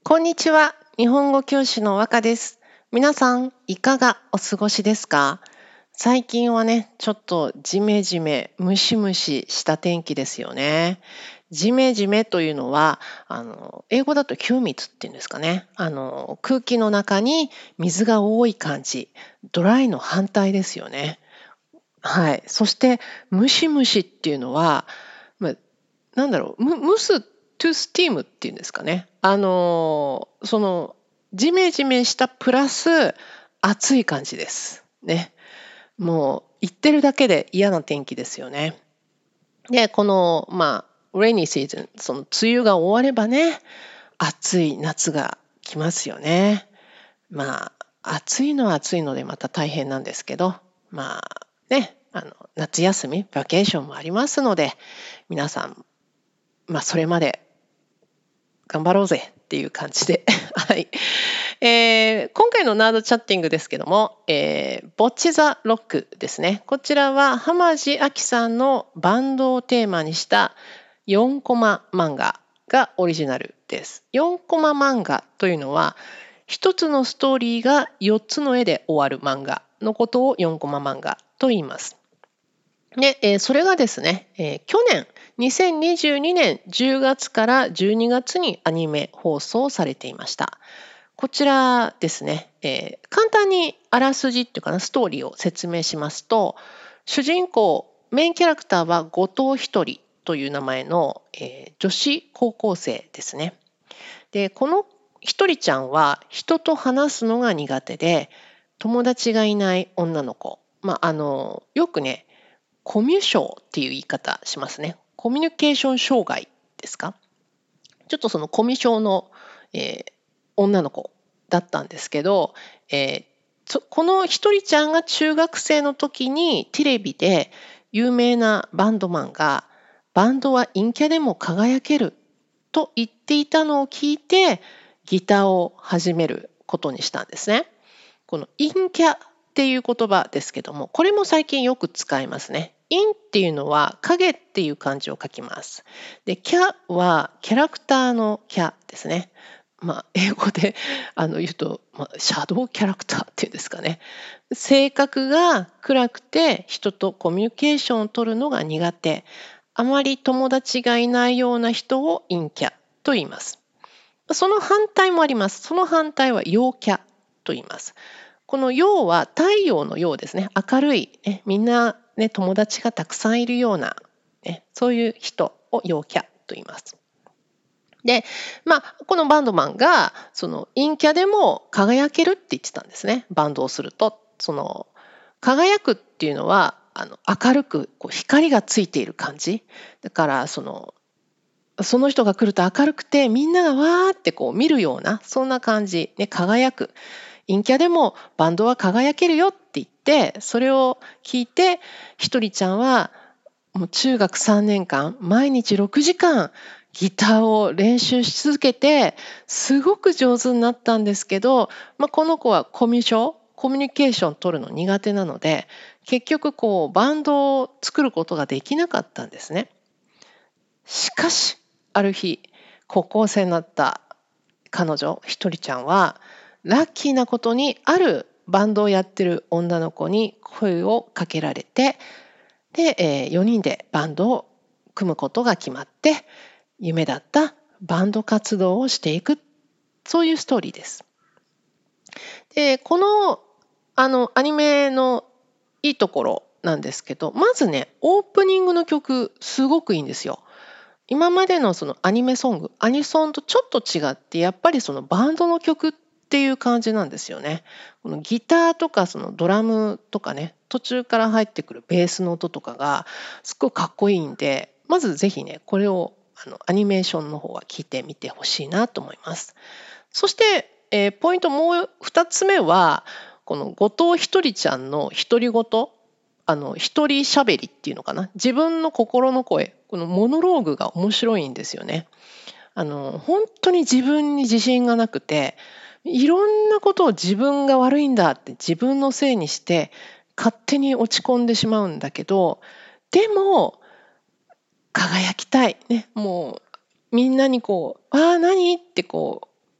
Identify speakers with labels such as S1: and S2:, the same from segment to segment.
S1: こんにちは。日本語教師の和歌です。皆さん、いかがお過ごしですか？最近はね、ちょっとジメジメ、ムシムシした天気ですよね。ジメジメというのは、英語だとヒューミッツっていうんですかね。空気の中に水が多い感じ。ドライの反対ですよね。はい。そして、ムシムシっていうのは、まあなんだろう、蒸す to steam っていうんですかね。ジメジメしたプラス暑い感じです。ね。もう言ってるだけで嫌な天気ですよね。で、rainy season、その梅雨が終わればね、暑い夏が来ますよね。暑いのは暑いのでまた大変なんですけど、夏休み、バケーションもありますので、皆さん、それまで頑張ろうぜっていう感じで。はい。今回のナードチャッティングですけども、ボッチザロックですね。こちらは浜地亜希さんのバンドをテーマにした4コマ漫画がオリジナルです。4コマ漫画というのは、一つのストーリーが4つの絵で終わる漫画のことを4コマ漫画と言います。で、それがですね、去年2022年10月から12月にアニメ放送されていました。こちらですね、簡単にあらすじっていうかな、ストーリーを説明しますと、主人公、メインキャラクターは後藤ひとりという名前の、女子高校生ですね。で、このひとりちゃんは人と話すのが苦手で、友達がいない女の子。よくね、コミュ障っていう言い方しますね。コミュニケーション障害ですか？ちょっとそのコミュ障の、女の子だったんですけど、このひとりちゃんが中学生の時にテレビで有名なバンドマンがバンドは陰キャでも輝けると言っていたのを聞いてギターを始めることにしたんですね。この陰キャっていう言葉ですけども、これも最近よく使いますね。陰っていうのは影っていう漢字を書きます。で、キャはキャラクターのキャですね。英語で言うと、シャドウキャラクターっていうんですかね。性格が暗くて人とコミュニケーションを取るのが苦手。あまり友達がいないような人を陰キャと言います。その反対もあります。その反対は陽キャと言います。この陽は太陽の陽ですね。明るい、ね、みんな、ね、友達がたくさんいるような、ね、そういう人を陽キャと言います。で、このバンドマンがその陰キャでも輝けるって言ってたんですね。バンドをすると、その輝くっていうのは明るくこう光がついている感じ。だからその人が来ると明るくてみんながわーってこう見るようなそんな感じ、ね、輝く。陰キャでもバンドは輝けるよって言ってそれを聞いてひとりちゃんはもう中学3年間毎日6時間ギターを練習し続けてすごく上手になったんですけど、この子はコミュニケーション取るの苦手なので結局こうバンドを作ることができなかったんですね。しかしある日高校生になった彼女ひとりちゃんはラッキーなことにあるバンドをやってる女の子に声をかけられてで、4人でバンドを組むことが決まって夢だったバンド活動をしていく、そういうストーリーです。でこのアニメのいいところなんですけど、まずねオープニングの曲すごくいいんですよ。今までのそのアニメソング、アニソンとちょっと違って、やっぱりそのバンドの曲っていう感じなんですよね。このギターとかそのドラムとかね、途中から入ってくるベースの音とかがすっごいかっこいいんで、まずぜひね、これをアニメーションの方は聞いてみてほしいなと思います。そして、ポイントもう2つ目は、この後藤ひとりちゃんの独り言、一人喋りっていうのかな。自分の心の声、このモノローグが面白いんですよね。本当に自分に自信がなくて、いろんなことを自分が悪いんだって自分のせいにして、勝手に落ち込んでしまうんだけど、でも、輝きたい。ね、もう、みんなにこう、ああ、何ってこう、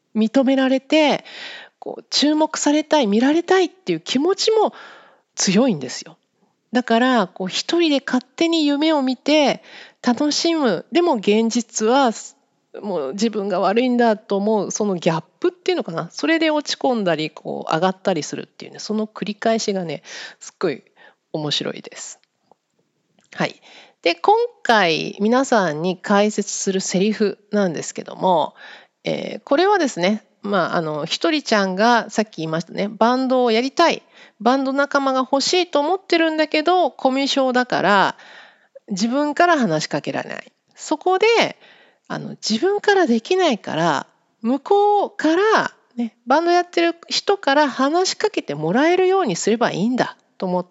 S1: 認められて、注目されたい、見られたいっていう気持ちも強いんですよ。だから一人で勝手に夢を見て楽しむ、でも現実はもう自分が悪いんだと思う、そのギャップっていうのかな、それで落ち込んだり上がったりするっていうね、その繰り返しがね、すっごい面白いです。はい。で、今回皆さんに解説するセリフなんですけども、これはですね、ひとりちゃんがさっき言いましたね、バンドをやりたい、バンド仲間が欲しいと思ってるんだけど、コミュ障だから自分から話しかけられない。そこで、自分からできないから、向こうから、ね、バンドやってる人から話しかけてもらえるようにすればいいんだと思って、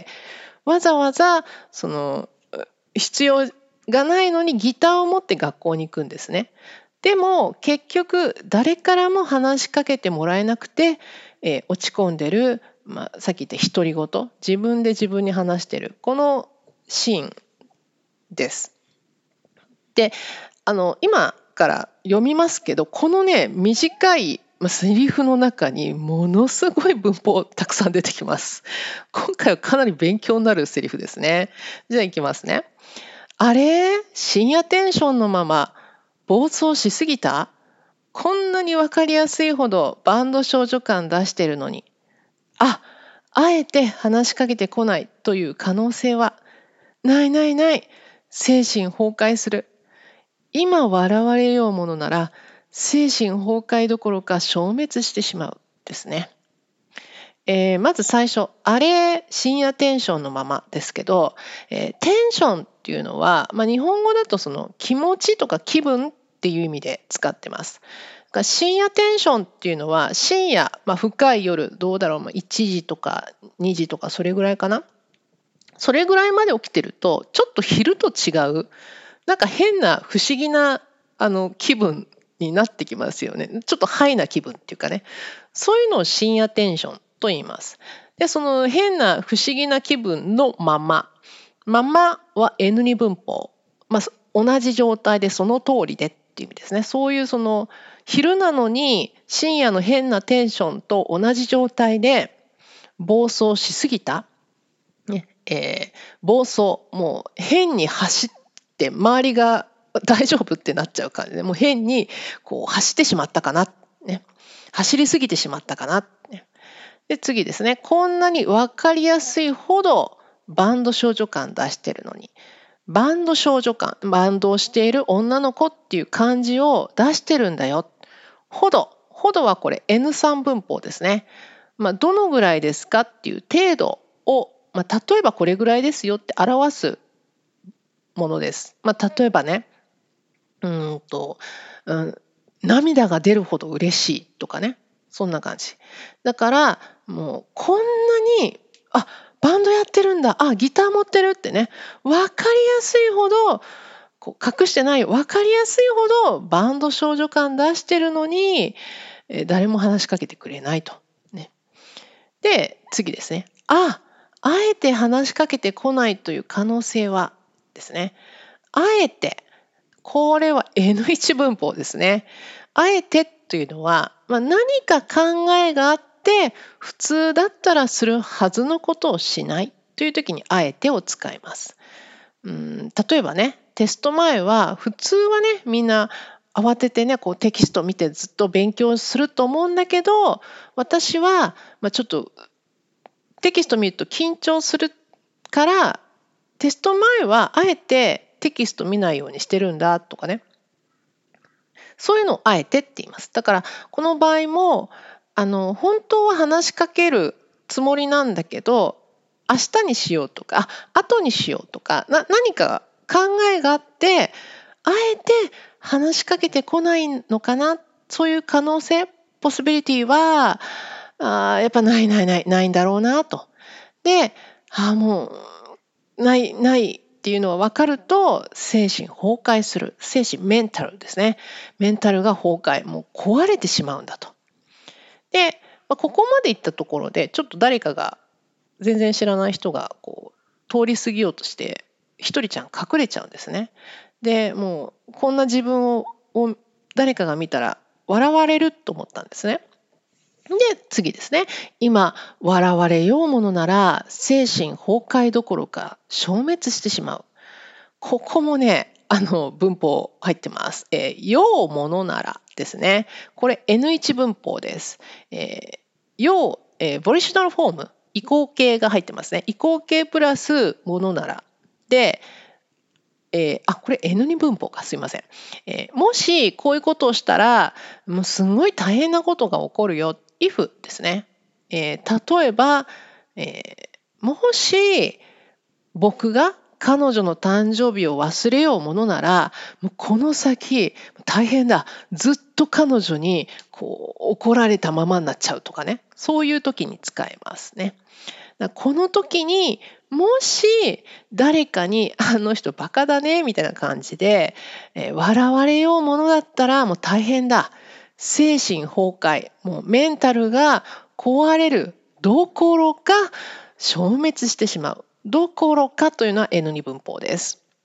S1: わざわざ必要がないのにギターを持って学校に行くんですね。でも結局誰からも話しかけてもらえなくて、落ち込んでる、さっき言った独り言、自分で自分に話してる、このシーンです。で、今から読みますけど、このね、短いセリフの中にものすごい文法たくさん出てきます。今回はかなり勉強になるセリフですね。じゃあいきますね。あれ、深夜テンションのまま暴走しすぎた？こんなにわかりやすいほどバンド少女感出してるのに。あ、あえて話しかけてこないという可能性はないないない。精神崩壊する。今笑われようものなら精神崩壊どころか消滅してしまうですね。まず最初、あれ深夜テンションのままですけど、テンションっていうのは、日本語だとその気持ちとか気分っていう意味で使ってます。深夜テンションっていうのは深夜、深い夜、どうだろう、1時とか2時とかそれぐらいかな。それぐらいまで起きてるとちょっと昼と違う、なんか変な不思議な気分になってきますよね。ちょっとハイな気分っていうかね。そういうのを深夜テンションと言います。で、その変な不思議な気分のまま。ままは N2 文法。同じ状態でその通りでっていう意味ですね。そういうその昼なのに深夜の変なテンションと同じ状態で暴走しすぎた。ね暴走、もう変に走って周りが大丈夫ってなっちゃう感じで、もう変に走ってしまったかな、ね、走りすぎてしまったかな、ね、で次ですね、こんなに分かりやすいほどバンド少女感出してるのに、バンド少女感、バンドをしている女の子っていう感じを出してるんだよ。ほどはこれ N3 文法ですね。どのぐらいですかっていう程度を、例えばこれぐらいですよって表すものです。例えばね、うーんと、うん、涙が出るほど嬉しいとかね、そんな感じ。だからもうこんなに、バンドやってるんだ、ギター持ってるってね、分かりやすいほど隠してないよ、分かりやすいほどバンド少女感出してるのに、誰も話しかけてくれないと。ね、で次ですね。あえて話しかけてこないという可能性はですね。あえて、これは N1 文法ですね。あえてというのは、何か考えがあって普通だったらするはずのことをしないという時にあえてを使います。例えばね、テスト前は普通はね、みんな慌ててね、テキストを見てずっと勉強すると思うんだけど、私は、ちょっとテキスト見ると緊張するから、テスト前はあえてテキスト見ないようにしてるんだとかね。そういうのをあえてって言います。だからこの場合も本当は話しかけるつもりなんだけど、明日にしようとか後にしようとか何か考えがあってあえて話しかけてこないのかな、そういう可能性、ポスビリティはやっぱないんだろうなと。で、もうないっていうのは分かると精神崩壊する、精神メンタルですね、メンタルが崩壊、もう壊れてしまうんだと。で、ここまでいったところでちょっと誰かが、全然知らない人が通り過ぎようとして一人ちゃん隠れちゃうんですね。でもうこんな自分を誰かが見たら笑われると思ったんですね。で、次ですね。今、笑われようものなら、精神崩壊どころか消滅してしまう。ここもね、文法入ってます。ようものならですね。これ N1 文法です。よう、ボリショナルフォーム、移行形が入ってますね。移行形プラスものなら。で、これ N2 文法か、すいません。もしこういうことをしたら、もうすごい大変なことが起こるよ。if ですね。例えば、もし僕が彼女の誕生日を忘れようものなら、もうこの先大変だ。ずっと彼女に怒られたままになっちゃうとかね。そういう時に使えますね。この時にもし誰かにあの人バカだねみたいな感じで、笑われようものだったらもう大変だ。精神崩壊、もうメンタルが壊れるどころか消滅してしまう。どころかというのは N2 文法です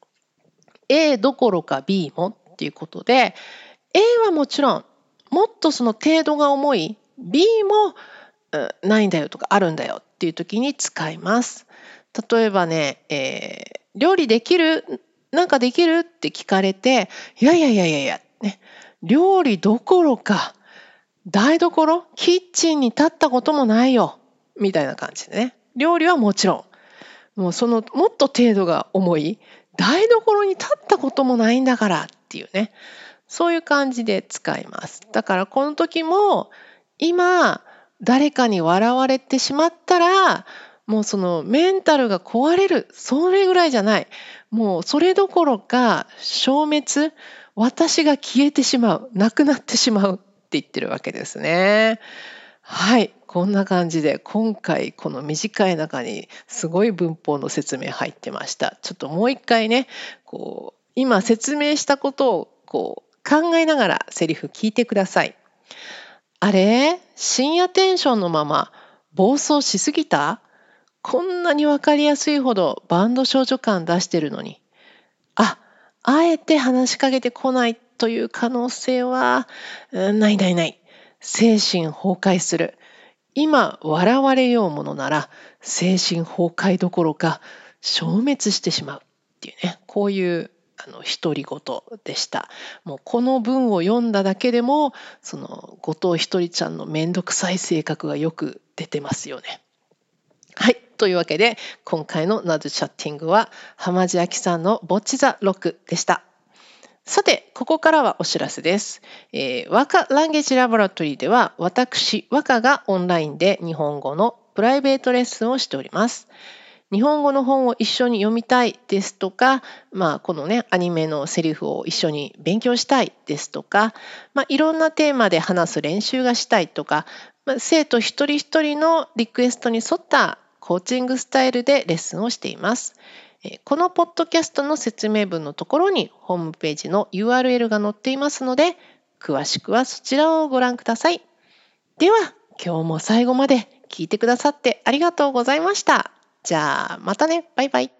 S1: 。A どころか B もっていうことで、A はもちろんもっとその程度が重い、B もないんだよとかあるんだよっていう時に使います。例えばね、料理できる？なんかできる？って聞かれて、いやいやいやいやいや、ね、料理どころか台所、キッチンに立ったこともないよみたいな感じでね。料理はもちろん、もうそのもっと程度が重い、台所に立ったこともないんだからっていうね、そういう感じで使います。だからこの時も今誰かに笑われてしまったら、もうそのメンタルが壊れる、それぐらいじゃない。もうそれどころか消滅、私が消えてしまう、なくなってしまうって言ってるわけですね。はい、こんな感じで今回この短い中にすごい文法の説明入ってました。ちょっともう一回ね、今説明したことを考えながらセリフ聞いてください。あれ、深夜テンションのまま暴走しすぎた？こんなにわかりやすいほどバンド少女感出してるのに。あえて話しかけてこないという可能性は、ないないない。精神崩壊する。今笑われようものなら精神崩壊どころか消滅してしまうっていうね、こういう独り言でした。もうこの文を読んだだけでもその後藤ひとりちゃんのめんどくさい性格がよく出てますよね。はい。というわけで今回のナズチャッティングは浜地明さんのボッチザロックでした。さて、ここからはお知らせです。和歌ランゲージラボラトリーでは、私、和歌がオンラインで日本語のプライベートレッスンをしております。日本語の本を一緒に読みたいですとか、このね、アニメのセリフを一緒に勉強したいですとか、いろんなテーマで話す練習がしたいとか、生徒一人一人のリクエストに沿ったコーチングスタイルでレッスンをしています。このポッドキャストの説明文のところにホームページの URL が載っていますので、詳しくはそちらをご覧ください。では、今日も最後まで聞いてくださってありがとうございました。じゃあ、またね。バイバイ。